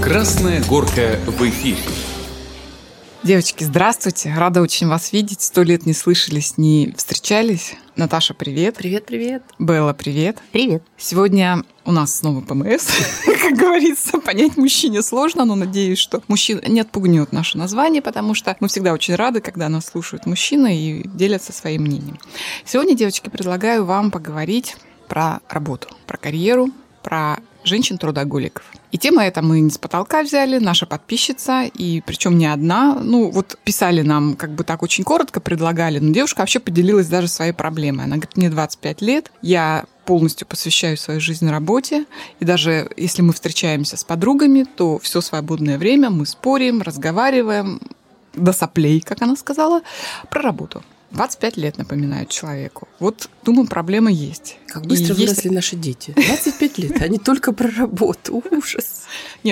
Красная горка в эфире. Девочки, здравствуйте. Рада очень вас видеть. 100 лет не слышались, не встречались. Наташа, привет. Привет. Белла, привет. Привет. Сегодня у нас снова ПМС. Как говорится, понять мужчине сложно, но надеюсь, что мужчин не отпугнет наше название, потому что мы всегда очень рады, когда нас слушают мужчины и делятся своим мнением. Сегодня, девочки, предлагаю вам поговорить про работу, про карьеру, про женщин-трудоголиков. И тема эта мы не с потолка взяли, наша подписчица, и причем не одна. Писали нам как бы так очень коротко, предлагали, но девушка вообще поделилась даже своей проблемой. Она говорит, мне 25 лет, я полностью посвящаю свою жизнь работе, и даже если мы встречаемся с подругами, то все свободное время мы спорим, разговариваем до соплей, как она сказала, про работу. 25 лет, напоминают человеку. Вот, думаю, проблема есть. Как быстро выросли наши дети. 25 лет, они только про работу. Ужас.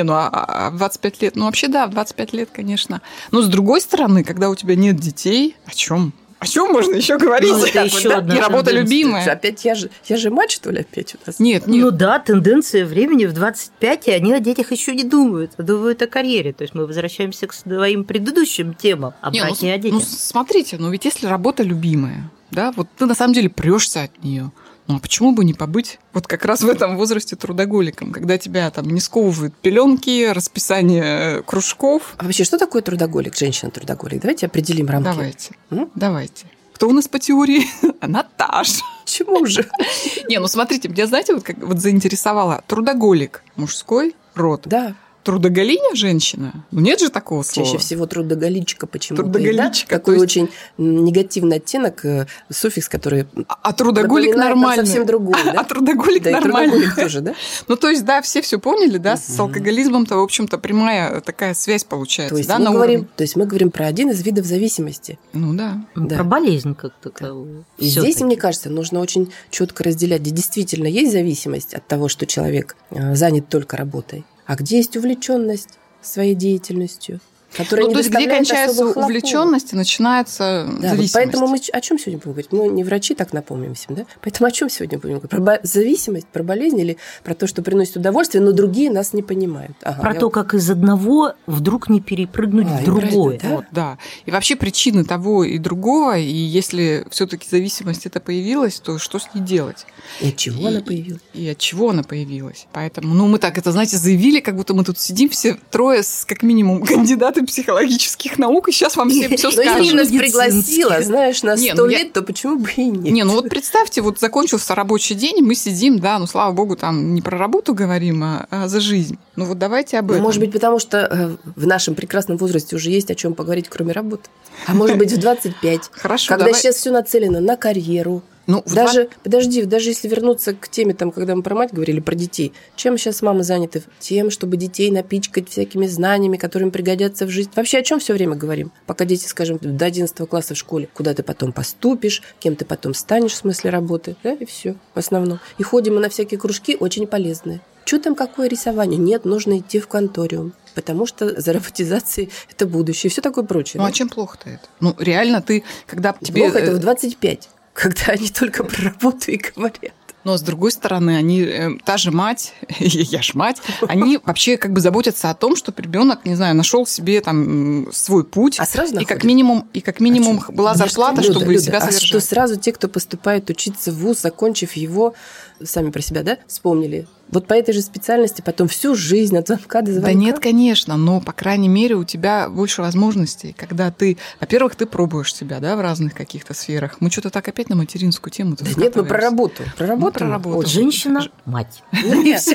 А 25 лет, вообще да, в 25 лет, конечно. Но с другой стороны, когда у тебя нет детей, о чем? О чем можно еще говорить? Это еще одна и работа любимая. Опять я же мать, что ли, опять у нас? Нет. Тенденция времени в 25, и они о детях еще не думают, а думают о карьере. То есть мы возвращаемся к своим предыдущим темам, о браке и о детях. Смотрите, ведь если работа любимая, да, вот ты на самом деле прешься от нее. А почему бы не побыть вот как раз в этом возрасте трудоголиком, когда тебя там не сковывают пеленки, расписание кружков? А вообще, что такое трудоголик, женщина-трудоголик? Давайте определим рамки. Давайте. Кто у нас по теории? Наташа. Чему же? Смотрите, меня, знаете, как заинтересовало. Трудоголик мужской род. Да. Трудоголиня женщина? Нет же такого слова. Чаще всего трудоголичка почему-то. Трудоголичка. Да? Такой очень негативный оттенок, суффикс, который трудоголик нормальный. Совсем другой, да? А трудоголик нормальный. Да, и трудоголик тоже, да? Все поняли, да? С алкоголизмом-то, в общем-то, прямая такая связь получается. То есть мы говорим про один из видов зависимости. Да. Про болезнь как таковую. И здесь, мне кажется, нужно очень четко разделять, где действительно есть зависимость от того, что человек занят только работой, а где есть увлеченность своей деятельностью, которая не доставляет где кончается особых хлопот. Увлеченность и начинается зависимость. Поэтому мы о чем сегодня будем говорить? Мы не врачи, так напомним всем, да? Поэтому о чем сегодня будем говорить? Про зависимость, про болезнь или про то, что приносит удовольствие, но другие нас не понимают? Про то, как из одного вдруг не перепрыгнуть в другое. Да. И вообще причины того и другого, и если все-таки зависимость это появилась, то что с ней делать? И от чего она появилась? И от чего она появилась. Поэтому, мы так это, знаете, заявили, как будто мы тут сидим все трое как минимум кандидаты психологических наук, и сейчас вам всем все скажем. Но если нас пригласила, знаешь, на 100 лет, то почему бы и нет? Представьте, закончился рабочий день, мы сидим, да, слава богу, там не про работу говорим, а за жизнь. Давайте об этом. Может быть, потому что в нашем прекрасном возрасте уже есть о чем поговорить, кроме работы. А может быть, в 25. Хорошо, когда сейчас все нацелено на карьеру. Даже если вернуться к теме, когда мы про мать говорили, про детей, чем сейчас мамы заняты? Тем, чтобы детей напичкать всякими знаниями, которые им пригодятся в жизни. Вообще о чем все время говорим? Пока дети, скажем, до 11 класса в школе, куда ты потом поступишь, кем ты потом станешь в смысле работы, да, и все в основном. И ходим мы на всякие кружки очень полезные. Что там, какое рисование? Нет, нужно идти в конториум, потому что за роботизацией это будущее и все такое прочее. А чем плохо-то это? Реально ты, когда тебе... Плохо это в 25. Когда они только про работу и говорят. Но, с другой стороны, они, та же мать, я ж мать, они вообще заботятся о том, чтобы ребенок, не знаю, нашел себе там свой путь. А сразу и как минимум была зарплата, чтобы себя содержать. А что сразу те, кто поступает учиться в вуз, закончив его, сами про себя, да, вспомнили? Вот по этой же специальности потом всю жизнь от звонка до звонка. Да нет, конечно, но, по крайней мере, у тебя больше возможностей, когда ты, во-первых, ты пробуешь себя, да, в разных каких-то сферах. Мы что-то так опять на материнскую тему. Да нет, мы про работу. Про работу. Женщина – мать. Нет,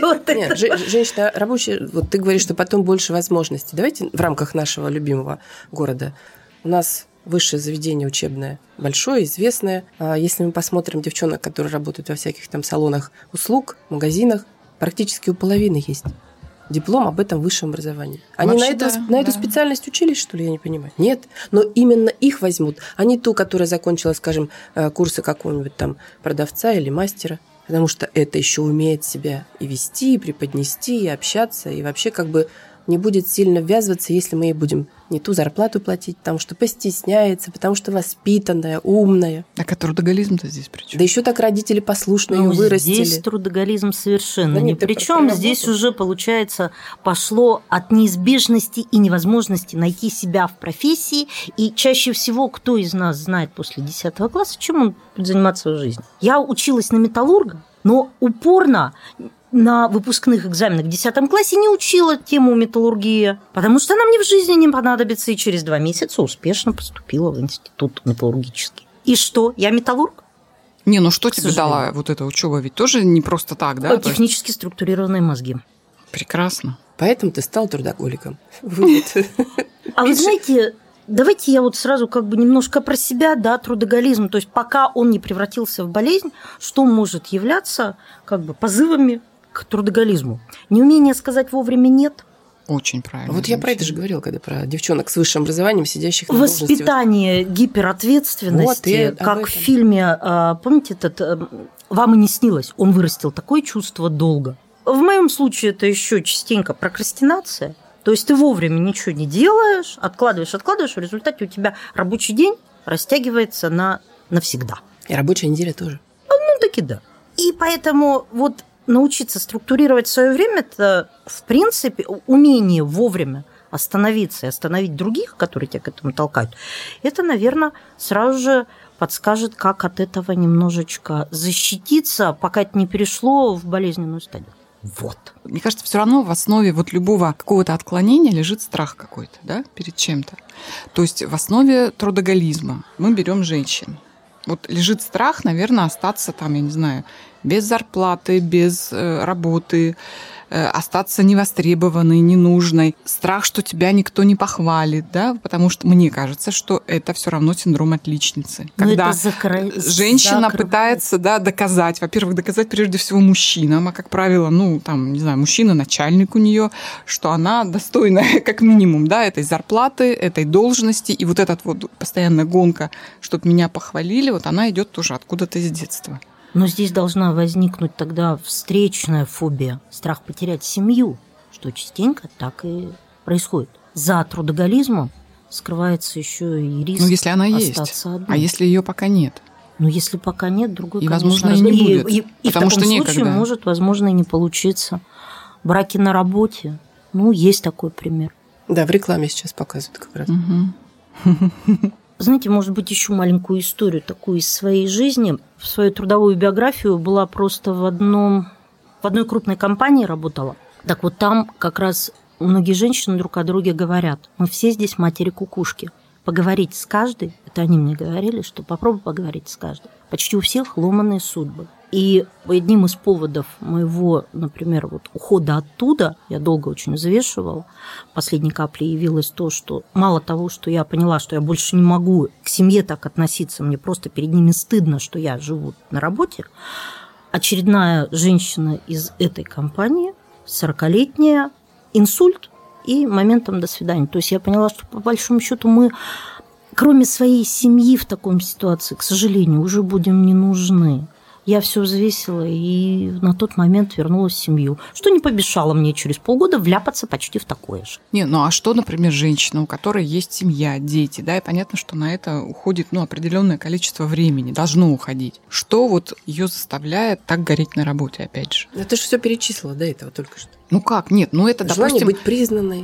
женщина рабочая, вот ты говоришь, что потом больше возможностей. Давайте в рамках нашего любимого города. У нас высшее заведение учебное, большое, известное. Если мы посмотрим девчонок, которые работают во всяких там салонах услуг, магазинах, практически у половины есть диплом об этом высшем образовании. Они на эту специальность учились, что ли, я не понимаю? Нет, но именно их возьмут, а не ту, которая закончила, скажем, курсы какого-нибудь там продавца или мастера, потому что это еще умеет себя и вести, и преподнести, и общаться, и вообще не будет сильно ввязываться, если мы ей будем не ту зарплату платить, потому что постесняется, потому что воспитанная, умная. А трудоголизм-то здесь при чем? Да еще так родители послушно ее вырастили. Здесь трудоголизм совершенно ни при чем. Здесь уже, получается, пошло от неизбежности и невозможности найти себя в профессии. И чаще всего, кто из нас знает после 10 класса, чем он будет заниматься в жизни? Я училась на металлурга, но упорно на выпускных экзаменах в 10 классе не учила тему металлургия, потому что она мне в жизни не понадобится, и через 2 месяца успешно поступила в институт металлургический. И что, я металлург? Не, ну что тебе дала вот эта учеба? Ведь тоже не просто так, да? Технически структурированные мозги. Прекрасно. Поэтому ты стал трудоголиком. А вы знаете, давайте я вот сразу как бы немножко про себя, да, трудоголизм. То есть пока он не превратился в болезнь, что может являться как бы позывами к трудоголизму? Неумение сказать вовремя «нет». Очень правильно. Вот я про это же говорила, когда про девчонок с высшим образованием, сидящих на должности. Воспитание гиперответственности, вот, как в фильме, помните, «Вам и не снилось», он вырастил такое чувство долга. В моем случае это еще частенько прокрастинация. То есть ты вовремя ничего не делаешь, откладываешь, в результате у тебя рабочий день растягивается навсегда. И рабочая неделя тоже. Ну, таки да. И поэтому вот научиться структурировать свое время, это, в принципе, умение вовремя остановиться и остановить других, которые тебя к этому толкают, это, наверное, сразу же подскажет, как от этого немножечко защититься, пока это не перешло в болезненную стадию. Вот. Мне кажется, все равно в основе вот любого какого-то отклонения лежит страх какой-то, да, перед чем-то. То есть в основе трудоголизма мы берем женщин. Вот лежит страх, наверное, остаться там, я не знаю, без зарплаты, без работы, остаться невостребованной, ненужной. Страх, что тебя никто не похвалит, да, потому что мне кажется, что это все равно синдром отличницы. Когда женщина пытается, да, доказать, во-первых, доказать прежде всего мужчинам, а, как правило, ну, там, не знаю, мужчина, начальник у нее, что она достойна, как минимум, да, этой зарплаты, этой должности, и вот эта вот постоянная гонка, чтобы меня похвалили, вот она идет тоже откуда-то из детства. Но здесь должна возникнуть тогда встречная фобия, страх потерять семью, что частенько так и происходит. За трудоголизмом скрывается еще и риск если она остаться есть, одной. А если ее пока нет? Ну, если пока нет, другой, и, конечно, возможно, и не будет. И в таком случае может, возможно, и не получиться. Браки на работе. Ну, есть такой пример. Да, в рекламе сейчас показывают как раз. Знаете, может быть, еще маленькую историю такую из своей жизни. В свою трудовую биографию была просто в одной крупной компании работала. Так вот там как раз многие женщины друг о друге говорят: мы все здесь матери-кукушки. Поговорить с каждой, это они мне говорили, что попробуй поговорить с каждой. Почти у всех ломаные судьбы. И одним из поводов моего, например, вот ухода оттуда, я долго очень взвешивала, последней каплей явилось то, что мало того, что я поняла, что я больше не могу к семье так относиться, мне просто перед ними стыдно, что я живу на работе, очередная женщина из этой компании, 40-летняя, инсульт и моментом до свидания. То есть я поняла, что по большому счету мы, кроме своей семьи в такой ситуации, к сожалению, уже будем не нужны. Я все взвесила и на тот момент вернулась в семью, что не помешало мне через полгода вляпаться почти в такое же. Не, ну а что, например, женщина, у которой есть семья, дети, да, и понятно, что на это уходит, ну, определенное количество времени, должно уходить. Что вот ее заставляет так гореть на работе, опять же? Ну, ты же все перечислила до этого только что. Ну как? Нет, ну это, желание допустим... быть признанной,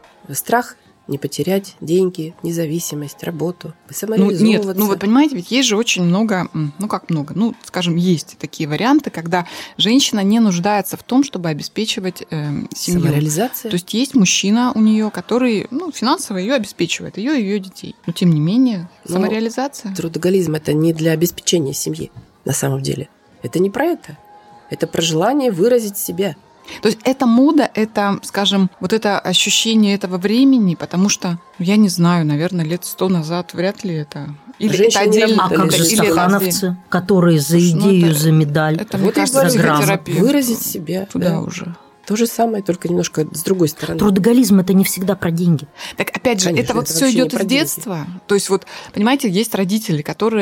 страх не потерять деньги, независимость, работу, самореализовываться. Нет, ну вот понимаете, ведь есть же очень много, ну как много, ну, скажем, есть такие варианты, когда женщина не нуждается в том, чтобы обеспечивать семью. Самореализация. То есть есть мужчина у нее, который, ну, финансово ее обеспечивает, ее и ее детей. Но тем не менее, самореализация. Трудоголизм – это не для обеспечения семьи, на самом деле. Это не про это. Это про желание выразить себя. То есть это мода, это, скажем, вот это ощущение этого времени, потому что, я не знаю, наверное, лет 100 назад вряд ли это... Или это отдельно. А как же стахановцы, которые за идею, за медаль, это, мне кажется, за грамм. Выразить себя. Туда уже. То же самое, только немножко с другой стороны. Трудоголизм – это не всегда про деньги. Так опять же, конечно, это вот все идет из детства. То есть вот, понимаете, есть родители,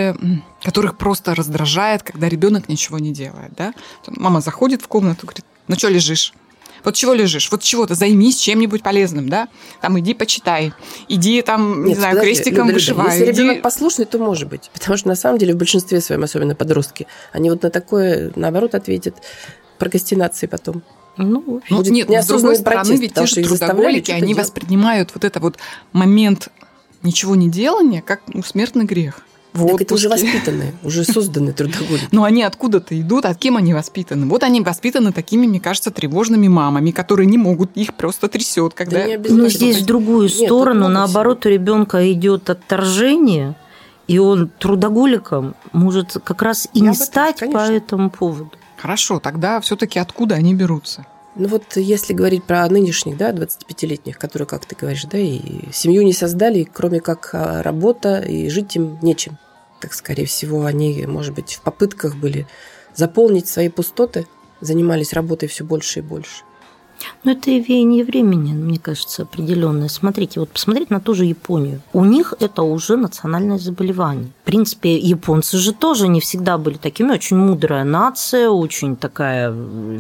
которых просто раздражает, когда ребенок ничего не делает, да? Мама заходит в комнату, говорит: ну что лежишь? Вот чего лежишь? Вот чего-то займись чем-нибудь полезным, да? Там иди почитай, иди там, не знаю, крестиком вышивай. Если ребенок послушный, то может быть. Потому что на самом деле в большинстве своем, особенно подростки, они вот на такое, наоборот, ответят прокрастинацией потом. Нет, с другой стороны, ведь те же трудоголики, они воспринимают вот это вот момент ничего не делания как смертный грех. Так это уже воспитанные, уже созданные трудоголики. Но они откуда-то идут, от кем они воспитаны? Вот они воспитаны такими, мне кажется, тревожными мамами, которые не могут, их просто трясет, когда... Но здесь в другую сторону, наоборот, у ребенка идет отторжение, и он трудоголиком может как раз и не стать по этому поводу. Хорошо, тогда все-таки откуда они берутся? Ну вот если говорить про нынешних, да, 25-летних, которые, как ты говоришь, да, и семью не создали, кроме как работа, и жить им нечем. Так, скорее всего, они, может быть, в попытках были заполнить свои пустоты, занимались работой все больше и больше. Но это и веяние времени, мне кажется, определенное. Смотрите, вот посмотреть на ту же Японию. У них это уже национальное заболевание. В принципе, японцы же тоже не всегда были такими. Очень мудрая нация, очень такая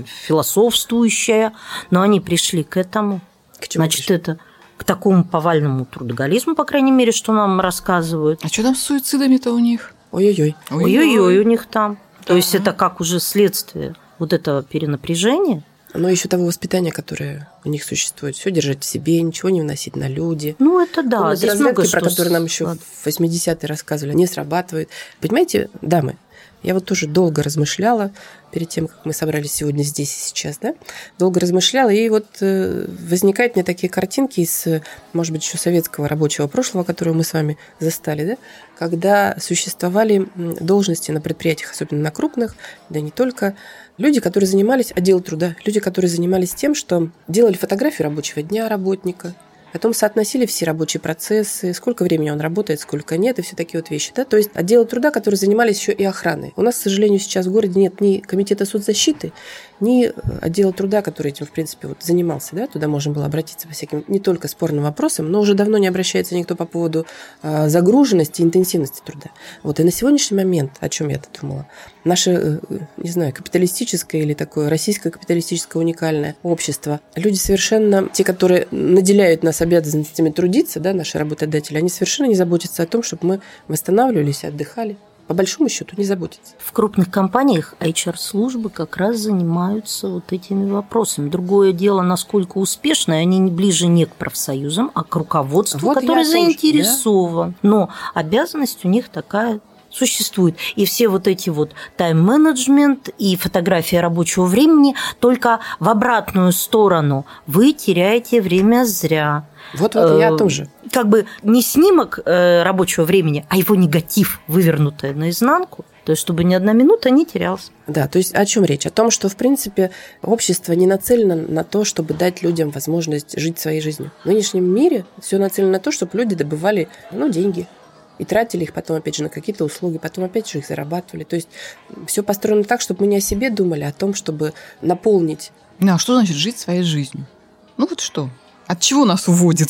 философствующая. Но они пришли к этому. К чему Значит, пришли? это к такому повальному трудоголизму, по крайней мере, что нам рассказывают. А что там с суицидами-то у них? Ой-ой-ой. Ой-ой-ой, у них там. То есть это как уже следствие вот этого перенапряжения. Но еще того воспитания, которое у них существует. Все держать в себе, ничего не вносить на люди. Ну, это да. Вот здесь разведки, много про которые нам еще в 80-е рассказывали, не срабатывает. Понимаете, дамы, я вот тоже долго размышляла перед тем, как мы собрались сегодня здесь и сейчас, да? Долго размышляла, и вот возникают мне такие картинки из, может быть, еще советского рабочего прошлого, которое мы с вами застали, да? Когда существовали должности на предприятиях, особенно на крупных, да не только, люди, которые занимались отделом труда, люди, которые занимались тем, что делали фотографию рабочего дня работника, потом соотносили все рабочие процессы, сколько времени он работает, сколько нет, и все такие вот вещи. Да? То есть отделы труда, которые занимались еще и охраной. У нас, к сожалению, сейчас в городе нет ни комитета соцзащиты, ни отдела труда, который этим, в принципе, вот занимался. Да? Туда можно было обратиться по всяким не только спорным вопросам, но уже давно не обращается никто по поводу загруженности и интенсивности труда. Вот. И на сегодняшний момент, о чем я-то думала, наше, не знаю, капиталистическое или такое российское капиталистическое уникальное общество, люди совершенно, те, которые наделяют нас обязанностями трудиться, да, наши работодатели, они совершенно не заботятся о том, чтобы мы восстанавливались, отдыхали. По большому счету не заботятся. В крупных компаниях HR-службы как раз занимаются вот этими вопросами. Другое дело, насколько успешно, они ближе не к профсоюзам, а к руководству, вот которое заинтересован. Да? Но обязанность у них такая существует. И все вот эти вот тайм-менеджмент и фотография рабочего времени только в обратную сторону. Вы теряете время зря. Вот я тоже. Как бы не снимок рабочего времени, а его негатив, вывернутый наизнанку, то есть чтобы ни одна минута не терялась. Да, то есть о чем речь? О том, что, в принципе, общество не нацелено на то, чтобы дать людям возможность жить своей жизнью. В нынешнем мире все нацелено на то, чтобы люди добывали деньги. И тратили их потом, опять же, на какие-то услуги, потом, опять же, их зарабатывали. То есть все построено так, чтобы мы не о себе думали, а о том, чтобы наполнить. А что значит жить своей жизнью? Ну вот что? От чего нас уводит?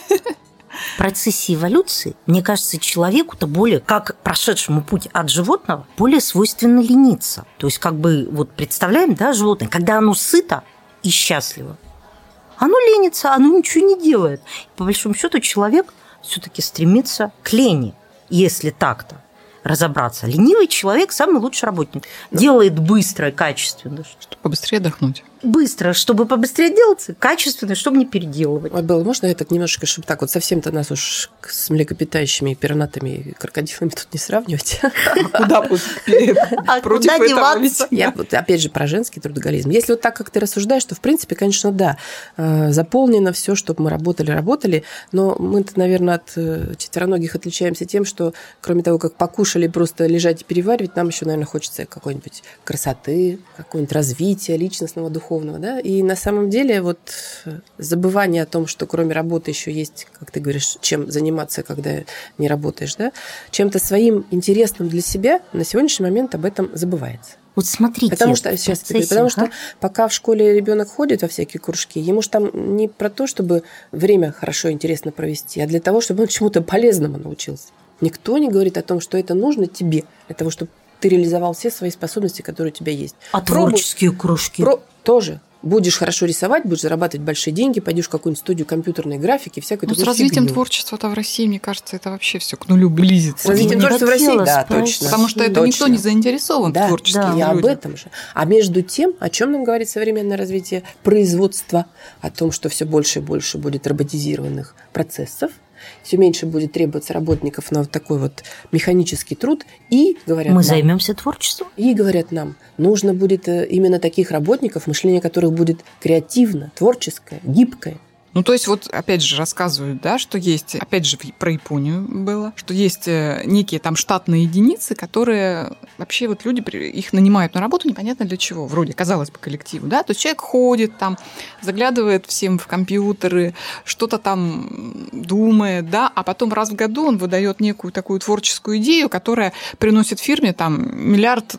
В процессе эволюции, мне кажется, человеку-то более, как прошедшему путь от животного, более свойственно лениться. То есть, как бы, вот представляем, да, животное, когда оно сыто и счастливо, оно ленится, оно ничего не делает. По большому счету, человек все-таки стремится к лени, если так-то разобраться. Ленивый человек – самый лучший работник. Делает быстро и качественно. Чтобы побыстрее отдохнуть. Быстро, чтобы побыстрее делаться, качественно, чтобы не переделывать. Ой, Белла, можно это немножечко, чтобы так вот совсем-то нас уж с млекопитающими, пернатыми и крокодилами тут не сравнивать? Куда против этого? Я опять же про женский трудоголизм. Если вот так, как ты рассуждаешь, то в принципе, конечно, да, заполнено все, чтобы мы работали, но мы-то, наверное, от четвероногих отличаемся тем, что кроме того, как покушали просто лежать и переваривать, нам еще, наверное, хочется какой-нибудь красоты, какого-нибудь развития личностного, духовного. Да? И на самом деле вот забывание о том, что кроме работы еще есть, как ты говоришь, чем заниматься, когда не работаешь, да? Чем-то своим интересным для себя, на сегодняшний момент об этом забывается. Вот смотрите. Потому что пока в школе ребенок ходит во всякие кружки, ему же там не про то, чтобы время хорошо, интересно провести, а для того, чтобы он чему-то полезному научился. Никто не говорит о том, что это нужно тебе, для того, чтобы ты реализовал все свои способности, которые у тебя есть. А творческие кружки? Тоже. будешь хорошо рисовать, будешь зарабатывать большие деньги, пойдешь в какую-нибудь студию компьютерной графики, всякую с развитием творчества-то в России, мне кажется, это вообще все к нулю близится. С развитием творчества в России, да, точно. Потому что это никто не заинтересован в творческих людях. Я об этом же. А между тем, о чем нам говорит современное развитие производства? О том, что все больше и больше будет роботизированных процессов, все меньше будет требоваться работников на вот такой вот механический труд. И говорят мы нам, займемся творчеством. И говорят нам, нужно будет именно таких работников, мышление которых будет креативно, творческое, гибкое. Ну, то есть, вот опять же рассказывают, да, что есть, опять же, про Японию было, что есть некие там штатные единицы, которые вообще вот люди, их нанимают на работу непонятно для чего, вроде, казалось бы, коллективу, да, то есть человек ходит там, заглядывает всем в компьютеры, что-то там думает, да, а потом раз в году он выдает некую такую творческую идею, которая приносит фирме там $1 миллиард.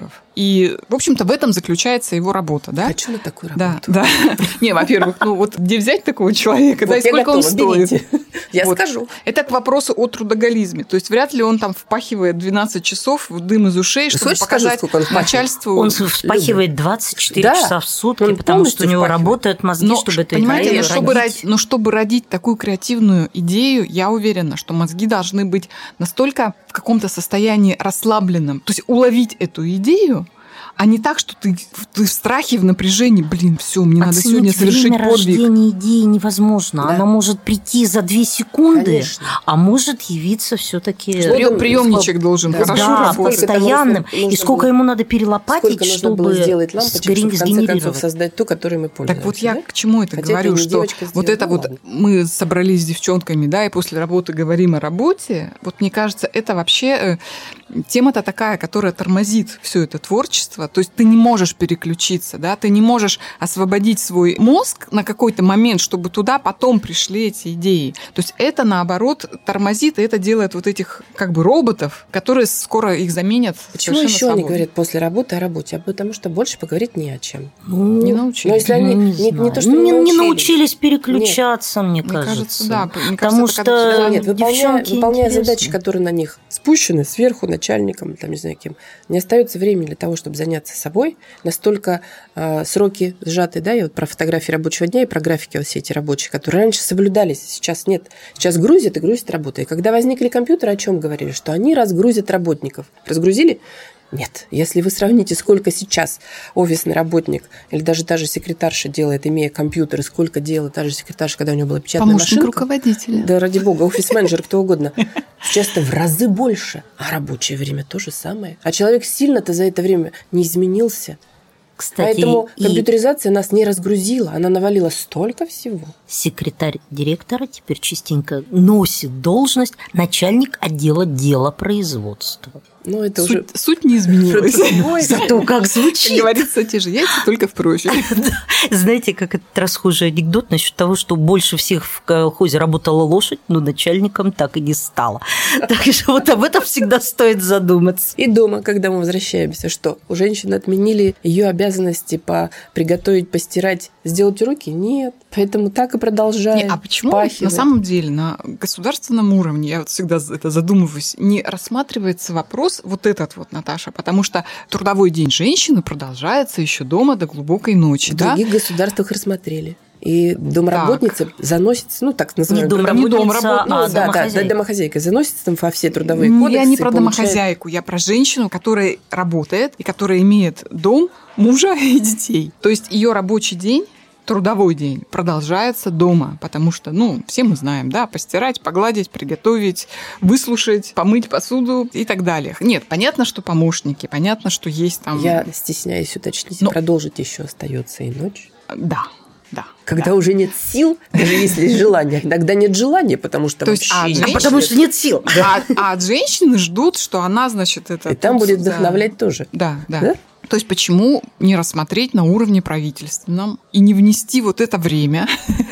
И, в общем-то, в этом заключается его работа, да? Хочу на такую работу. Да. Не, во-первых, ну вот где взять такого человека, да, и сколько он стоит? Я скажу. Это к вопросу о трудоголизме. То есть вряд ли он там впахивает 12 часов в дым из ушей, чтобы показать начальству. Он впахивает 24 часа в сутки, потому что у него работают мозги, чтобы это родить. Но чтобы родить такую креативную идею, я уверена, что мозги должны быть настолько в каком-то состоянии расслабленном. То есть уловить эту идею, а не так, что ты в страхе, в напряжении, все, мне надо сегодня совершить подвиг. Рождение идеи невозможно. Да. Она может прийти за 2 секунды, конечно. А может явиться все-таки. Приемничек должен хорошо работать. Постоянным. И сколько ему надо перелопатить, чтобы сделать лампочек, чтобы в конце концов создать ту, которой мы пользуемся. Так вот я к чему это говорю, что вот это вот мы собрались с девчонками, да, и после работы говорим о работе. Вот мне кажется, это вообще тема-то такая, которая тормозит все это творчество. То есть ты не можешь переключиться, да, ты не можешь освободить свой мозг на какой-то момент, чтобы туда потом пришли эти идеи. То есть это, наоборот, тормозит, и это делает вот этих как бы роботов, которые скоро их заменят. Почему еще они говорят после работы о работе? Потому что больше поговорить не о чем. Не научились. Но если они не то, что не научились переключаться, мне кажется. Да, потому что выполняя задачи, которые на них спущены сверху начальником, там не знаю кем, не остается времени для того, чтобы заняться собой, настолько сроки сжаты, да, я вот про фотографии рабочего дня и про графики вот все эти рабочие, которые раньше соблюдались, сейчас нет. Сейчас грузят и грузят работу. И когда возникли компьютеры, о чем говорили? Что они разгрузят работников. Разгрузили? Нет. Если вы сравните, сколько сейчас офисный работник или даже та же секретарша делает, имея компьютер, и сколько делает та же секретарша, когда у нее была печатная машинка. Помощник руководителя. Да, ради бога, офис-менеджер, кто угодно. Часто в разы больше. А рабочее время то же самое. А человек сильно-то за это время не изменился. Кстати, поэтому компьютеризация нас не разгрузила, она навалила столько всего. Секретарь директора теперь частенько носит должность начальник отдела делопроизводства. Ну, это суть не изменилась. Зато как звучит. Как говорится, те же яйца, только в профиль. Знаете, как этот расхожий анекдот насчет того, что больше всех в колхозе работала лошадь, но начальником так и не стало. Так что вот об этом всегда стоит задуматься. И дома, когда мы возвращаемся, что у женщины отменили ее обязанности приготовить, постирать, сделать уроки? Нет. Поэтому так и продолжаем. А почему на самом деле на государственном уровне, я вот всегда это задумываюсь, не рассматривается вопрос вот этот вот, Наташа, потому что трудовой день женщины продолжается еще дома до глубокой ночи. В других государствах рассмотрели. И домработница заносится, ну, так называемая. Не домработница, домохозяйка заносится там во все трудовые кодексы. Я не про домохозяйку, я про женщину, которая работает и которая имеет дом, мужа и детей. То есть ее рабочий день, трудовой день продолжается дома, потому что, все мы знаем, да, постирать, погладить, приготовить, выслушать, помыть посуду и так далее. Нет, понятно, что помощники, понятно, что есть там... Я стесняюсь уточнить, продолжить еще остается и ночь. Да. Когда уже нет сил, даже если есть желание, иногда нет желания, потому что потому что нет сил. А от женщины ждут, что она, значит, это... И там будет вдохновлять тоже. Да. То есть почему не рассмотреть на уровне правительственном и не внести вот это время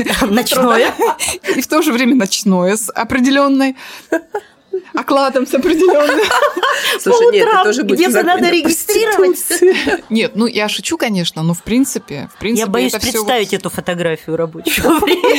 ночное и в то же время ночное с определенной окладом с определенным. Слушай, нет, это тоже будет где-то надо регистрировать. Нет, я шучу, конечно, но в принципе я боюсь представить эту фотографию рабочего времени.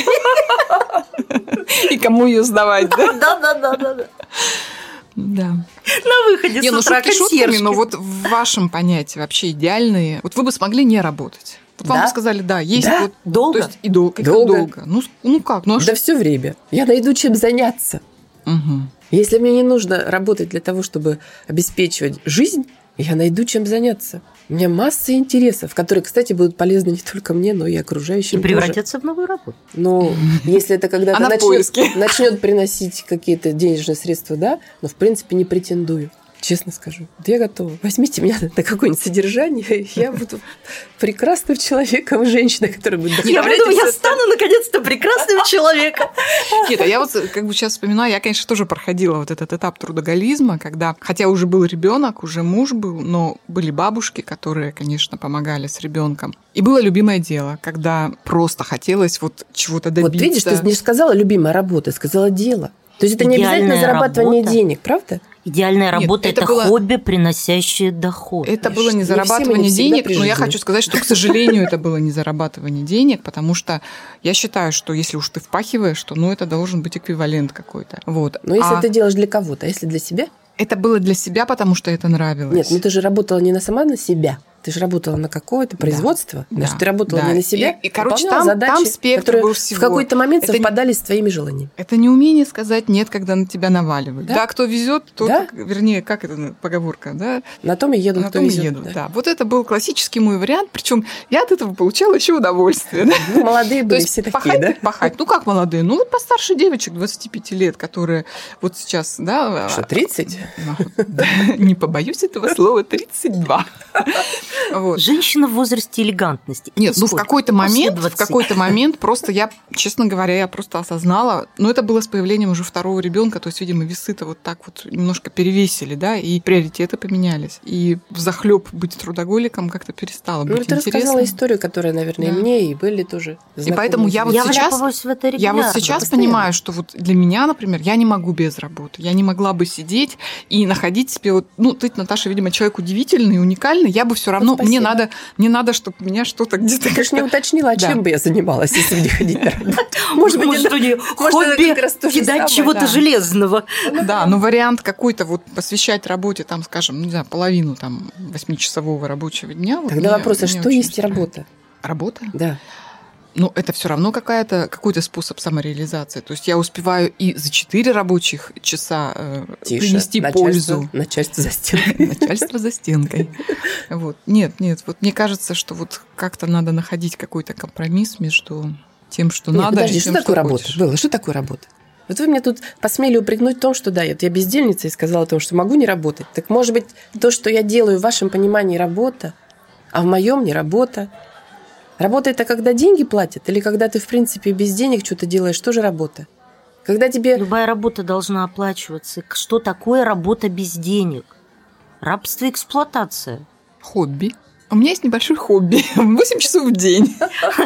И кому ее сдавать, да? Да. Да. На выходе с утра шутки шутками, но вот в вашем понятии вообще идеальные... Вот вы бы смогли не работать. Вот вам бы сказали, да, есть Да? вот... Долго? То есть и долго. Долго. Ну как? Ну, а Да все время. Я найду чем заняться. Мгм. Если мне не нужно работать для того, чтобы обеспечивать жизнь, я найду чем заняться. У меня масса интересов, которые, кстати, будут полезны не только мне, но и окружающим И превратятся в новую работу. Ну, если это когда-то Она в поиске. начнет приносить какие-то денежные средства, да, но в принципе не претендую. Честно скажу. Да я готова. Возьмите меня на какое-нибудь содержание, и я буду прекрасным человеком, женщиной, которая будет вдохновлять. Я стану наконец-то прекрасным человеком. Нет, а я вот как бы сейчас вспоминаю, я, конечно, тоже проходила вот этот этап трудоголизма, когда, хотя уже был ребенок, уже муж был, но были бабушки, которые, конечно, помогали с ребенком. И было любимое дело, когда просто хотелось вот чего-то добиться. Вот видишь, ты не сказала любимая работа, сказала дело. То есть это не обязательно Идеальная зарабатывание работа. денег, правда? Идеальная Нет, работа – это это было- хобби, приносящее доход. Это было не Не все мы зарабатывание не всегда денег, при но я жизни. хочу сказать, что, к сожалению, это было не зарабатывание денег, потому что я считаю, что если уж ты впахиваешь, то это должен быть эквивалент какой-то. Вот. Но если А ты делаешь для кого-то, а если для себя? это было для себя, потому что это нравилось. Нет, ну ты же работала не сама на себя, ты же работала на какое-то производство. Да, Значит, ты работала да. не на себя, И, короче, выполняла там задачи, спектр которые был в всего. какой-то момент Это не- совпадали с твоими желаниями. Это не умение сказать нет, когда на тебя наваливают. Да? Да, кто везет, тот, Да? вернее, как это поговорка, да? На том и едут, На кто том и везет. едут, да. да. Вот это был классический мой вариант, причем я от этого получала еще удовольствие. Да? Ну, молодые То были есть все такие, пахать, да? пахать. Ну, как молодые? Ну, вот постарше девочек 25 лет, которые вот сейчас, да... Что, 30? Да, не побоюсь этого слова, 32. Вот. Женщина в возрасте элегантности. Нет, ну в Сколько? какой-то После момент, 20. просто я, честно говоря, я просто осознала, но это было с появлением уже второго ребенка, то есть, видимо, весы-то вот так вот немножко перевесили, да, и приоритеты поменялись. И взахлеб быть трудоголиком как-то перестало Ну, быть ты рассказала интересным. историю, которая, наверное, Да. и мне, и были тоже И поэтому я вот Я сейчас... вляпываюсь в это Я регулярно. вот сейчас постоянно. понимаю, что вот для меня, например, я не могу без работы. Я не могла бы сидеть и находить себе вот, ну, ты, Наташа, видимо, человек удивительный, уникальный. Я бы все равно, спасибо. мне надо, чтобы меня что-то где-то Ты же не уточнила, а Да. чем бы я занималась, если бы не ходить на работу. Может быть, Может, это- у нее может, это хобби как раз то же кидать самое, чего-то да. железного. Да, но вариант какой-то вот посвящать работе, там, скажем, не знаю, половину там 8-часового рабочего дня. вот Тогда мне- вопрос, а мне что очень есть устраивает. работа? Работа? Да. Ну, это все равно какой-то способ самореализации. То есть я успеваю и за 4 рабочих часа Тише. принести пользу. Начальство за стенкой. Начальство за стенкой. Вот. Нет, вот мне кажется, что вот как-то надо находить какой-то компромисс между тем, что Нет, надо, подожди, и что тем, такое работа? хочешь. Было, что такое работа? Вот вы мне тут посмели упрекнуть в том, что да, я бездельница и сказала о том, что могу не работать. Так может быть, то, что я делаю в вашем понимании работа, а в моем не работа. Работа – это когда деньги платят? Или когда ты, в принципе, без денег что-то делаешь, тоже работа? Когда тебе... Любая работа должна оплачиваться. Что такое работа без денег? Рабство и эксплуатация. Хобби. У меня есть небольшое хобби. 8 часов в день.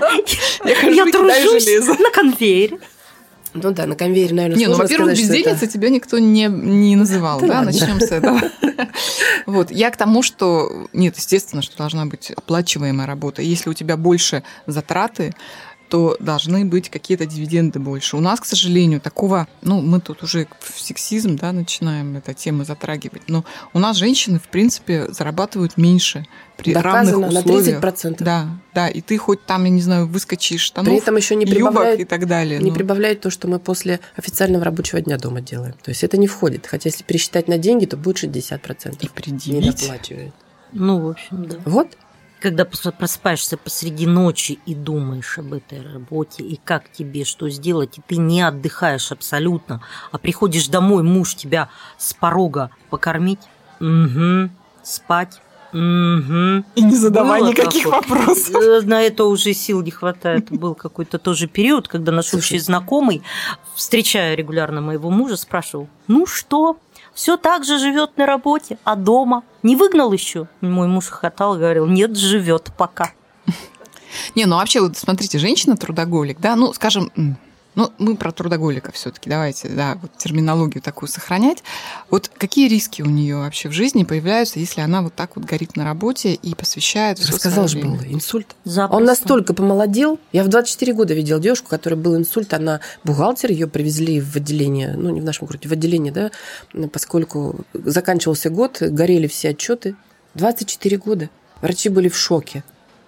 Я хожу Я и кидаю тружусь железо. на конвейере. Ну да, на конвейере, наверное, Не, ну, сложно во-первых, сказать, что это- бездельницей тебя никто не называл, Да да, ладно. начнем с этого. Вот, я к тому, что, нет, естественно, что должна быть оплачиваемая работа. Если у тебя больше затраты, то должны быть какие-то дивиденды больше. У нас, к сожалению, такого, ну, мы тут уже в сексизм, да, начинаем эту тему затрагивать, но у нас женщины, в принципе, зарабатывают меньше при равных Доказано на условиях. 30%. Да, и ты хоть там, я не знаю, выскочишь из штанов, При этом еще не юбок прибавляет, и так далее. не но- прибавляет то, что мы после официального рабочего дня дома делаем. То есть это не входит. Хотя если пересчитать на деньги, то будет 60%. И Не предъявить. доплачивает. Ну, в общем, да. Вот. Когда просыпаешься посреди ночи и думаешь об этой работе, и как тебе что сделать, и ты не отдыхаешь абсолютно, а приходишь домой, муж тебя с порога покормить, спать, И не задавай Было никаких такое. вопросов. На это уже сил не хватает. Был какой-то тоже период, когда наш Слушай. общий знакомый, встречая регулярно моего мужа, спрашивал: ну что, все так же живет на работе, а дома не выгнал еще? Мой муж хохотал и говорил: нет, живет пока. Не, ну вообще, вот смотрите, женщина-трудоголик, да, ну, скажем, ну, мы про трудоголика все-таки, давайте, да, вот терминологию такую сохранять. Вот какие риски у нее вообще в жизни появляются, если она вот так вот горит на работе и посвящает все Рассказал же, время? был инсульт. Запросто. Он настолько помолодел. Я в 24 года видела девушку, у которой был инсульт. Она бухгалтер, ее привезли в отделение, ну, не в нашем городе, в отделение, да, поскольку заканчивался год, горели все отчеты. 24 года. Врачи были в шоке.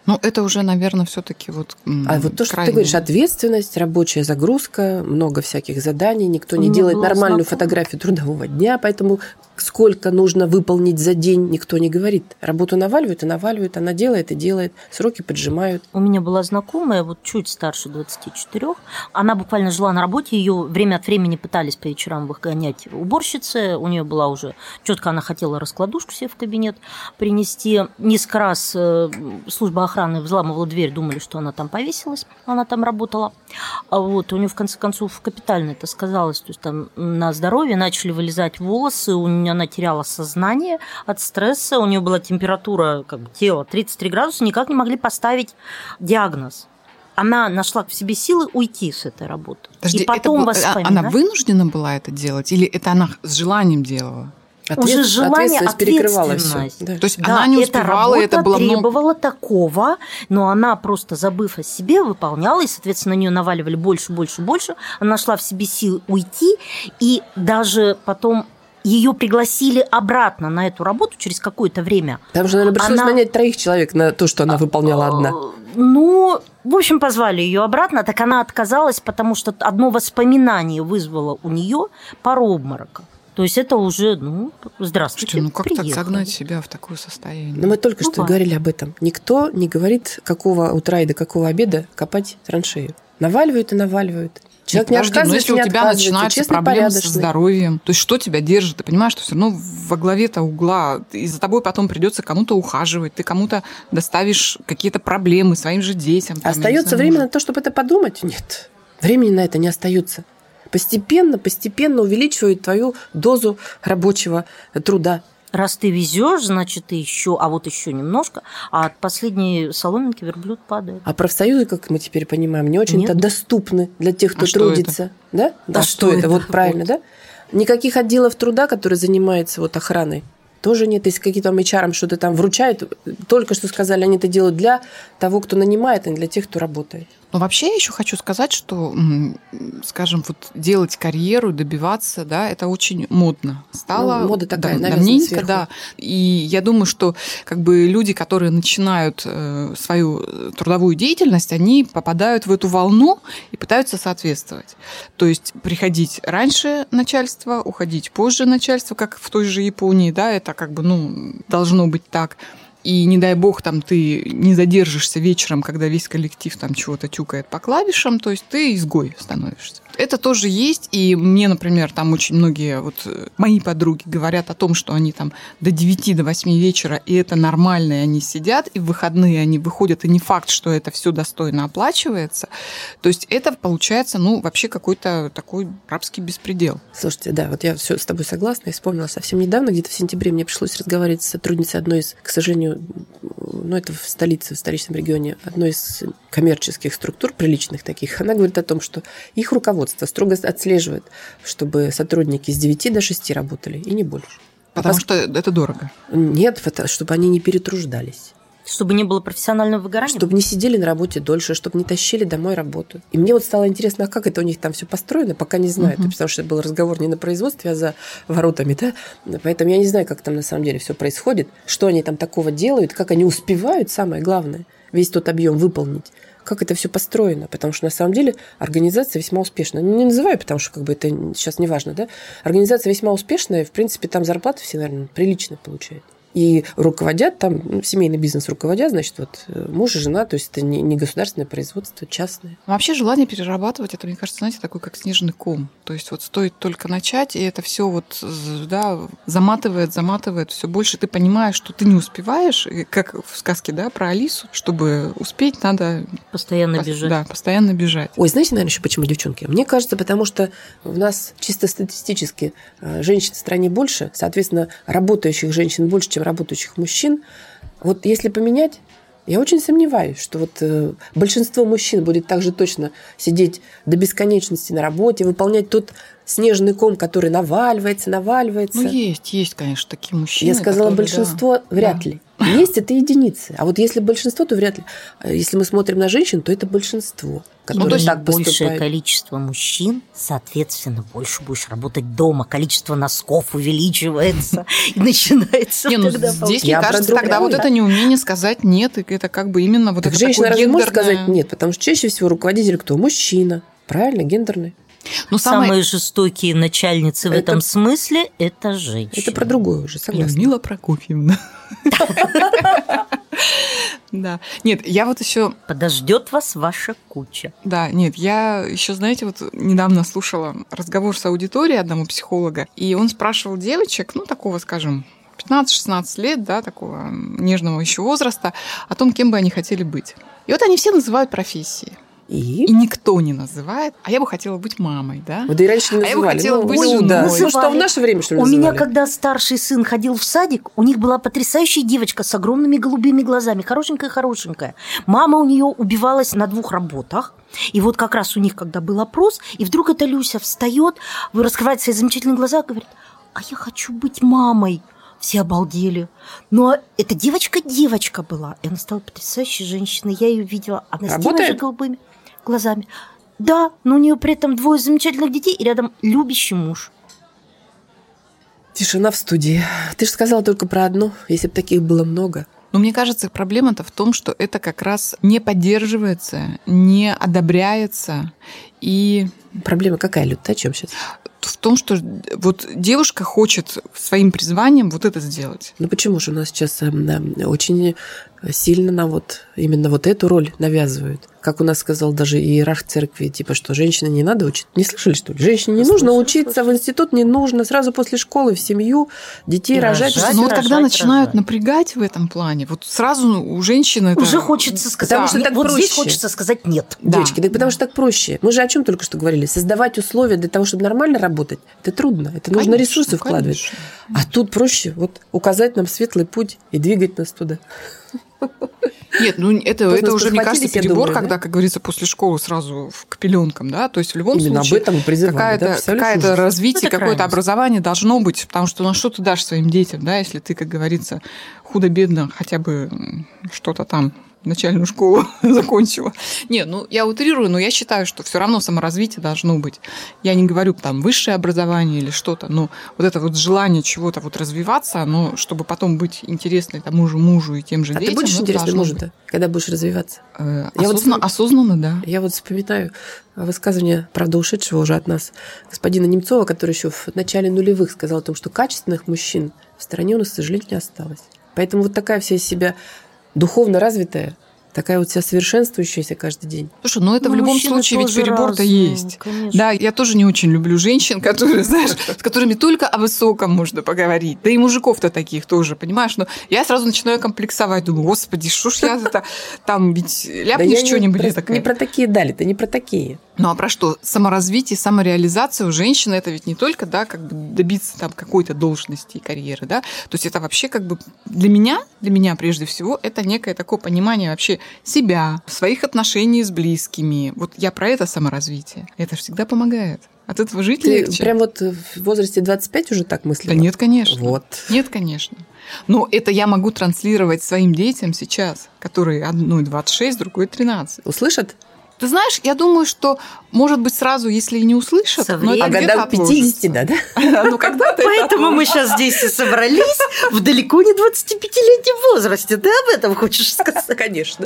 Ну, это уже, наверное, все-таки вот. А вот то, что ты говоришь, ответственность, рабочая загрузка, много всяких заданий, никто не делает нормальную фотографию трудового дня, поэтому сколько нужно выполнить за день, никто не говорит. Работу наваливают и наваливают, она делает и делает, сроки поджимают. У меня была знакомая, вот чуть старше 24, она буквально жила на работе, ее время от времени пытались по вечерам выгонять уборщицы, у нее была уже четко, она хотела раскладушку себе в кабинет принести. Несколько раз служба охраны взламывала дверь, думали, что она там повесилась, она там работала. А вот у нее в конце концов капитально это сказалось, то есть там на здоровье начали вылезать волосы, она теряла сознание от стресса, у нее была температура тела 33 градуса, никак не могли поставить диагноз. Она нашла в себе силы уйти с этой работы. Подожди, и потом воспоминать. Она вынуждена была это делать, или это она с желанием делала? Уже желание, ответственность. Да. То есть она не успевала, это было требовала такого, но она просто, забыв о себе, выполняла, и, соответственно, на нее наваливали больше. Она нашла в себе силы уйти, и даже потом ее пригласили обратно на эту работу через какое-то время. Там же, наверное, пришлось нанять 3 человек на то, что она выполняла одна. Ну, в общем, позвали ее обратно, так она отказалась, потому что одно воспоминание вызвало у нее пару обмороков. То есть это уже, здравствуйте, Слушайте, как приехали. так загнать себя в такое состояние? Но мы только что говорили об этом. Никто не говорит, какого утра и до какого обеда копать траншею. Наваливают и наваливают. Человек не отказывается, если у тебя начинаются проблемы со здоровьем, то есть что тебя держит? Ты понимаешь, что все равно во главе-то угла, и за тобой потом придется кому-то ухаживать, ты кому-то доставишь какие-то проблемы своим же детям. Остается время на то, чтобы это подумать? Нет. Времени на это не остается. Постепенно увеличивает твою дозу рабочего труда. Раз ты везешь, значит, ты еще, а вот еще немножко, а от последней соломинки верблюд падает. А профсоюзы, как мы теперь понимаем, не очень-то доступны для тех, кто трудится. Да? Да, что это? Вот правильно, да? Никаких отделов труда, которые занимаются охраной, тоже нет. Если какие-то там HR что-то там вручают, только что сказали, они это делают для того, кто нанимает, а не для тех, кто работает. Но вообще я еще хочу сказать, что, скажем, делать карьеру, добиваться, да, это очень модно стало. Мода такая, давненько, сверху. да. И я думаю, что люди, которые начинают свою трудовую деятельность, они попадают в эту волну и пытаются соответствовать. То есть приходить раньше начальства, уходить позже начальства, как в той же Японии, да, это должно быть так. И не дай бог, ты не задержишься вечером, когда весь коллектив чего-то тюкает по клавишам, то есть ты изгой становишься. Это тоже есть, и мне, например, очень многие мои подруги говорят о том, что они до 9, до 8 вечера, и это нормально, и они сидят, и в выходные они выходят, и не факт, что это все достойно оплачивается. То есть это получается, вообще какой-то такой рабский беспредел. Слушайте, да, я все с тобой согласна, и вспомнила совсем недавно, где-то в сентябре мне пришлось разговаривать с сотрудницей одной из, к сожалению, это в столице, в столичном регионе, одной из коммерческих структур, приличных таких. Она говорит о том, что их руководство строго отслеживает, чтобы сотрудники с 9 до 6 работали, и не больше. Потому что это дорого. Нет, чтобы они не перетруждались. Чтобы не было профессионального выгорания? Чтобы не сидели на работе дольше, чтобы не тащили домой работу. И мне стало интересно, а как это у них там все построено, пока не знаю. Потому что это был разговор не на производстве, а за воротами. Да? Поэтому я не знаю, как там на самом деле все происходит, что они там такого делают, как они успевают, самое главное, весь тот объем выполнить. Как это все построено, потому что на самом деле организация весьма успешная. Не называю, потому что это сейчас не важно, да? Организация весьма успешная, в принципе, там зарплаты все, наверное, прилично получают. И руководят там, семейный бизнес руководят, значит, муж и жена, то есть это не государственное производство, частное. Вообще желание перерабатывать, это, мне кажется, знаете, такой как снежный ком. То есть стоит только начать, и это все заматывает все больше. Ты понимаешь, что ты не успеваешь, как в сказке, да, про Алису, чтобы успеть, надо... Постоянно бежать. Да, постоянно бежать. Ой, знаете, наверное, еще почему, девчонки? Мне кажется, потому что у нас чисто статистически женщин в стране больше, соответственно, работающих женщин больше, чем работающих мужчин. Если поменять, я очень сомневаюсь, что большинство мужчин будет также точно сидеть до бесконечности на работе, выполнять тот снежный ком, который наваливается. Есть, конечно, такие мужчины. Я сказала, большинство вряд ли. Есть это единицы. А вот если большинство, то вряд ли. Если мы смотрим на женщин, то это большинство, которые то есть так большее поступают. количество мужчин, соответственно, больше будешь работать дома, количество носков увеличивается, и начинается Не, ну тогда здесь, Я мне про кажется, тогда другое. вот это неумение сказать «нет», и это как бы именно вот Так это женщина такое разве может гендерное... сказать нет? Потому что чаще всего руководитель кто? Мужчина. Правильно, гендерный. Ну, Самые жестокие начальницы в этом смысле – это женщины. Это про другое уже, согласна. Людмила Прокофьевна. Да. Нет, я вот еще... Подождет вас ваша куча. Да, нет, я еще, знаете, вот недавно слушала разговор с аудиторией одного психолога, и он спрашивал девочек, ну, такого, скажем, 15-16 лет, да, такого нежного еще возраста, о том, кем бы они хотели быть. И вот они все называют профессии. И? И никто не называет, а я бы хотела быть мамой, да? Вот и раньше не А я бы называли. хотела быть ну, женой. да. Называли. Ну, что, в наше время, что ли, У меня, называли? когда старший сын ходил в садик, у них была потрясающая девочка с огромными голубыми глазами, хорошенькая-хорошенькая. Мама у нее убивалась на 2 работах. И вот как раз у них, когда был опрос, и вдруг эта Люся встает, раскрывает свои замечательные глаза и говорит: а я хочу быть мамой. Все обалдели. Но эта девочка была. И она стала потрясающей женщиной. Я ее видела. Она с теми же голубыми глазами. Да, но у нее при этом 2 замечательных детей и рядом любящий муж. Тишина в студии. Ты же сказала только про одну, если бы таких было много. Но мне кажется, проблема-то в том, что это как раз не поддерживается, не одобряется. И Проблема какая, Люд? Ты о чем сейчас? в том, что вот девушка хочет своим призванием вот это сделать. Ну почему же у нас сейчас очень сильно нам вот именно вот эту роль навязывают? Как у нас сказал даже иерарх церкви, типа, что женщине не надо учиться. Не слышали, что ли? Женщине не нужно учиться, в институт не нужно, сразу после школы в семью, детей И рожать. рожать. Но вот когда рожать. начинают напрягать в этом плане, вот сразу у женщины это... Уже хочется сказать. Потому что так вот проще. здесь хочется сказать нет. Да. Девочки, да потому что так проще. Мы же о чем только что говорили? Создавать условия для того, чтобы нормально работать, это трудно. Это нужно Конечно, ресурсы вкладывать. конечно. А тут проще вот указать нам светлый путь и двигать нас туда. Нет, ну это Просто уже, мне кажется, спохватились, я перебор, думаю, когда, да? как говорится, после школы сразу к пеленкам, да, то есть в любом Именно случае об этом и призывали, да? Представляешь, какое-то ужас. развитие, Это какое-то крайность. образование должно быть, потому что ну, что ты дашь своим детям, да, если ты, как говорится, худо-бедно хотя бы что-то там начальную школу закончила. Нет, ну я утрирую, но я считаю, что все равно саморазвитие должно быть. Я не говорю там высшее образование или что-то, но вот это вот желание чего-то вот развиваться, оно, чтобы потом быть интересной тому же мужу и тем же А детям. ты будешь это интересным должно мужем-то, когда будешь развиваться? быть. Осознанно, да. Я вот вспоминаю высказывание, правда, ушедшего уже от нас, господина Немцова, который еще в начале нулевых сказал о том, что качественных мужчин в стране у нас, к сожалению, не осталось. Поэтому вот такая вся из себя духовно развитая, такая вот вся совершенствующаяся каждый день. Слушай, ну это в любом мужчины случае ведь тоже перебор-то разные, есть. конечно. Да, я тоже не очень люблю женщин, которые, знаешь, с которыми только о высоком можно поговорить. Да и мужиков-то таких тоже, понимаешь? Но я сразу начинаю комплексовать. Думаю, господи, что ж я-то там ведь ляпнешь что-нибудь. Не про такие дали-то, не про такие. Ну а про что? Саморазвитие, самореализация у женщины это ведь не только, да, как бы добиться там какой-то должности и карьеры, да. То есть это вообще как бы для меня прежде всего, это некое такое понимание вообще себя, своих отношений с близкими. Вот я про это саморазвитие. Это же всегда помогает. От этого жить Ты легче. прям вот в возрасте 25 уже так мыслила? Да нет, конечно. Вот. Нет, конечно. Но это я могу транслировать своим детям сейчас, которые одной 26, другой 13. Услышат? Ты знаешь, я думаю, что, может быть, сразу, если и не услышат, Со но это А временем. где-то годам 50, отложится. да? Ну, когда-то это Поэтому мы отложится. сейчас здесь и собрались в далеко не 25-летнем возрасте. Ты об этом хочешь сказать? Конечно.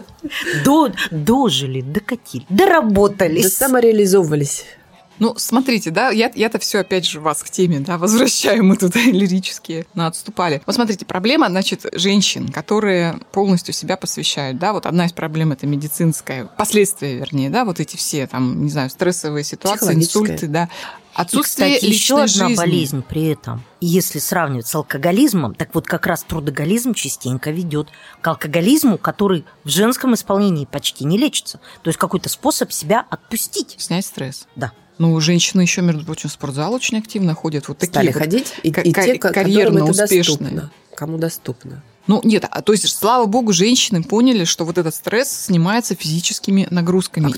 Дожили, докатили, Да доработались. самореализовывались. Ну, смотрите, да, я-то все опять же вас к теме, да, возвращаю, мы тут лирические отступали. Вот смотрите, проблема, значит, женщин, которые полностью себя посвящают, да, вот одна из проблем это медицинская, последствия, вернее, да, вот эти все там, не знаю, стрессовые ситуации, инсульты, да, И, отсутствие кстати, еще личной одна жизни. болезнь при этом. И если сравнивать с алкоголизмом, так вот как раз трудоголизм частенько ведет к алкоголизму, который в женском исполнении почти не лечится. То есть какой-то способ себя отпустить. Снять стресс. Да. Ну, женщины еще, между прочим, в спортзал очень активно ходят. Вот такие Стали вот ходить, и те, которым карьерно это успешные. доступно. Кому доступно. Ну, нет, то есть, слава богу, женщины поняли, что вот этот стресс снимается физическими нагрузками.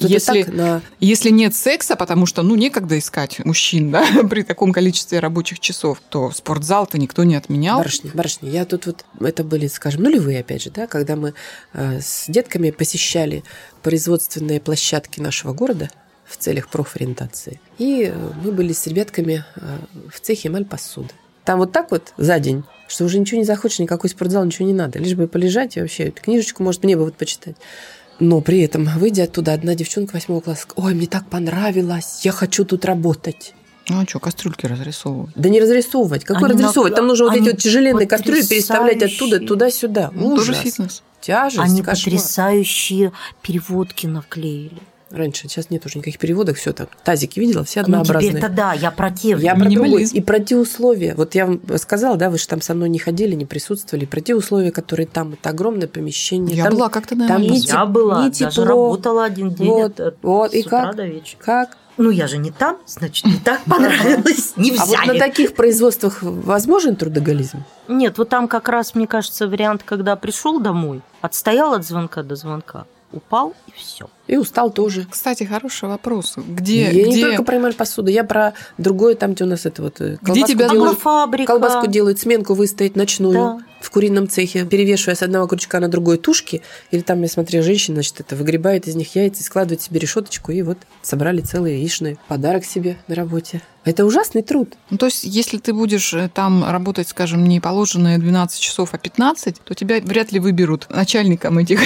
Если нет секса, потому что, некогда искать мужчин, да, при таком количестве рабочих часов, то спортзал-то никто не отменял. Барышня, я тут это были, скажем, нулевые, опять же, да, когда мы с детками посещали производственные площадки нашего города в целях профориентации. И мы были с ребятками в цехе эмаль посуды. Там вот так вот за день, что уже ничего не захочешь, никакой спортзал, ничего не надо. Лишь бы полежать и вообще книжечку, может, мне бы вот почитать. Но при этом, выйдя оттуда, одна девчонка 8 класса, ой, мне так понравилось, я хочу тут работать. Ну, а что, кастрюльки разрисовывать? Да не разрисовывать. Какой разрисовывать? Там нужно вот эти вот тяжеленные кастрюли переставлять оттуда, туда-сюда. Тоже фитнес. Тяжесть, они кошмар. Потрясающие переводки наклеили. Раньше, сейчас нет уже никаких переводов, все там. Тазики видела, все однообразные. Теперь-то да, я про те. Я про другой. И про те условия. Вот я вам сказала, да, вы же там со мной не ходили, не присутствовали. Про те условия, которые там, это огромное помещение. Я там, была как-то на там Я была, даже работала один день вот. И с утра как? до вечера. Как? Ну, я же не там, значит, не так понравилось, не взяли. А вот на таких производствах возможен трудоголизм? Нет, вот там как раз, мне кажется, вариант, когда пришел домой, отстоял от звонка до звонка, упал и все. И устал тоже. Кстати, хороший вопрос. Я не только про эмаль посуду, я про другое, там, где у нас это вот где тебя делают, фабрика. Колбаску делают, сменку выстоять ночную, да. В курином цехе, перевешивая с одного крючка на другой тушки. Или там, я смотрю, женщина, значит, это выгребает из них яйца, складывает себе решеточку, и вот собрали целые яичные. Подарок себе на работе. Это ужасный труд. Ну, то есть, если ты будешь там работать, скажем, не положенные 12 часов, а 15, то тебя вряд ли выберут начальником этих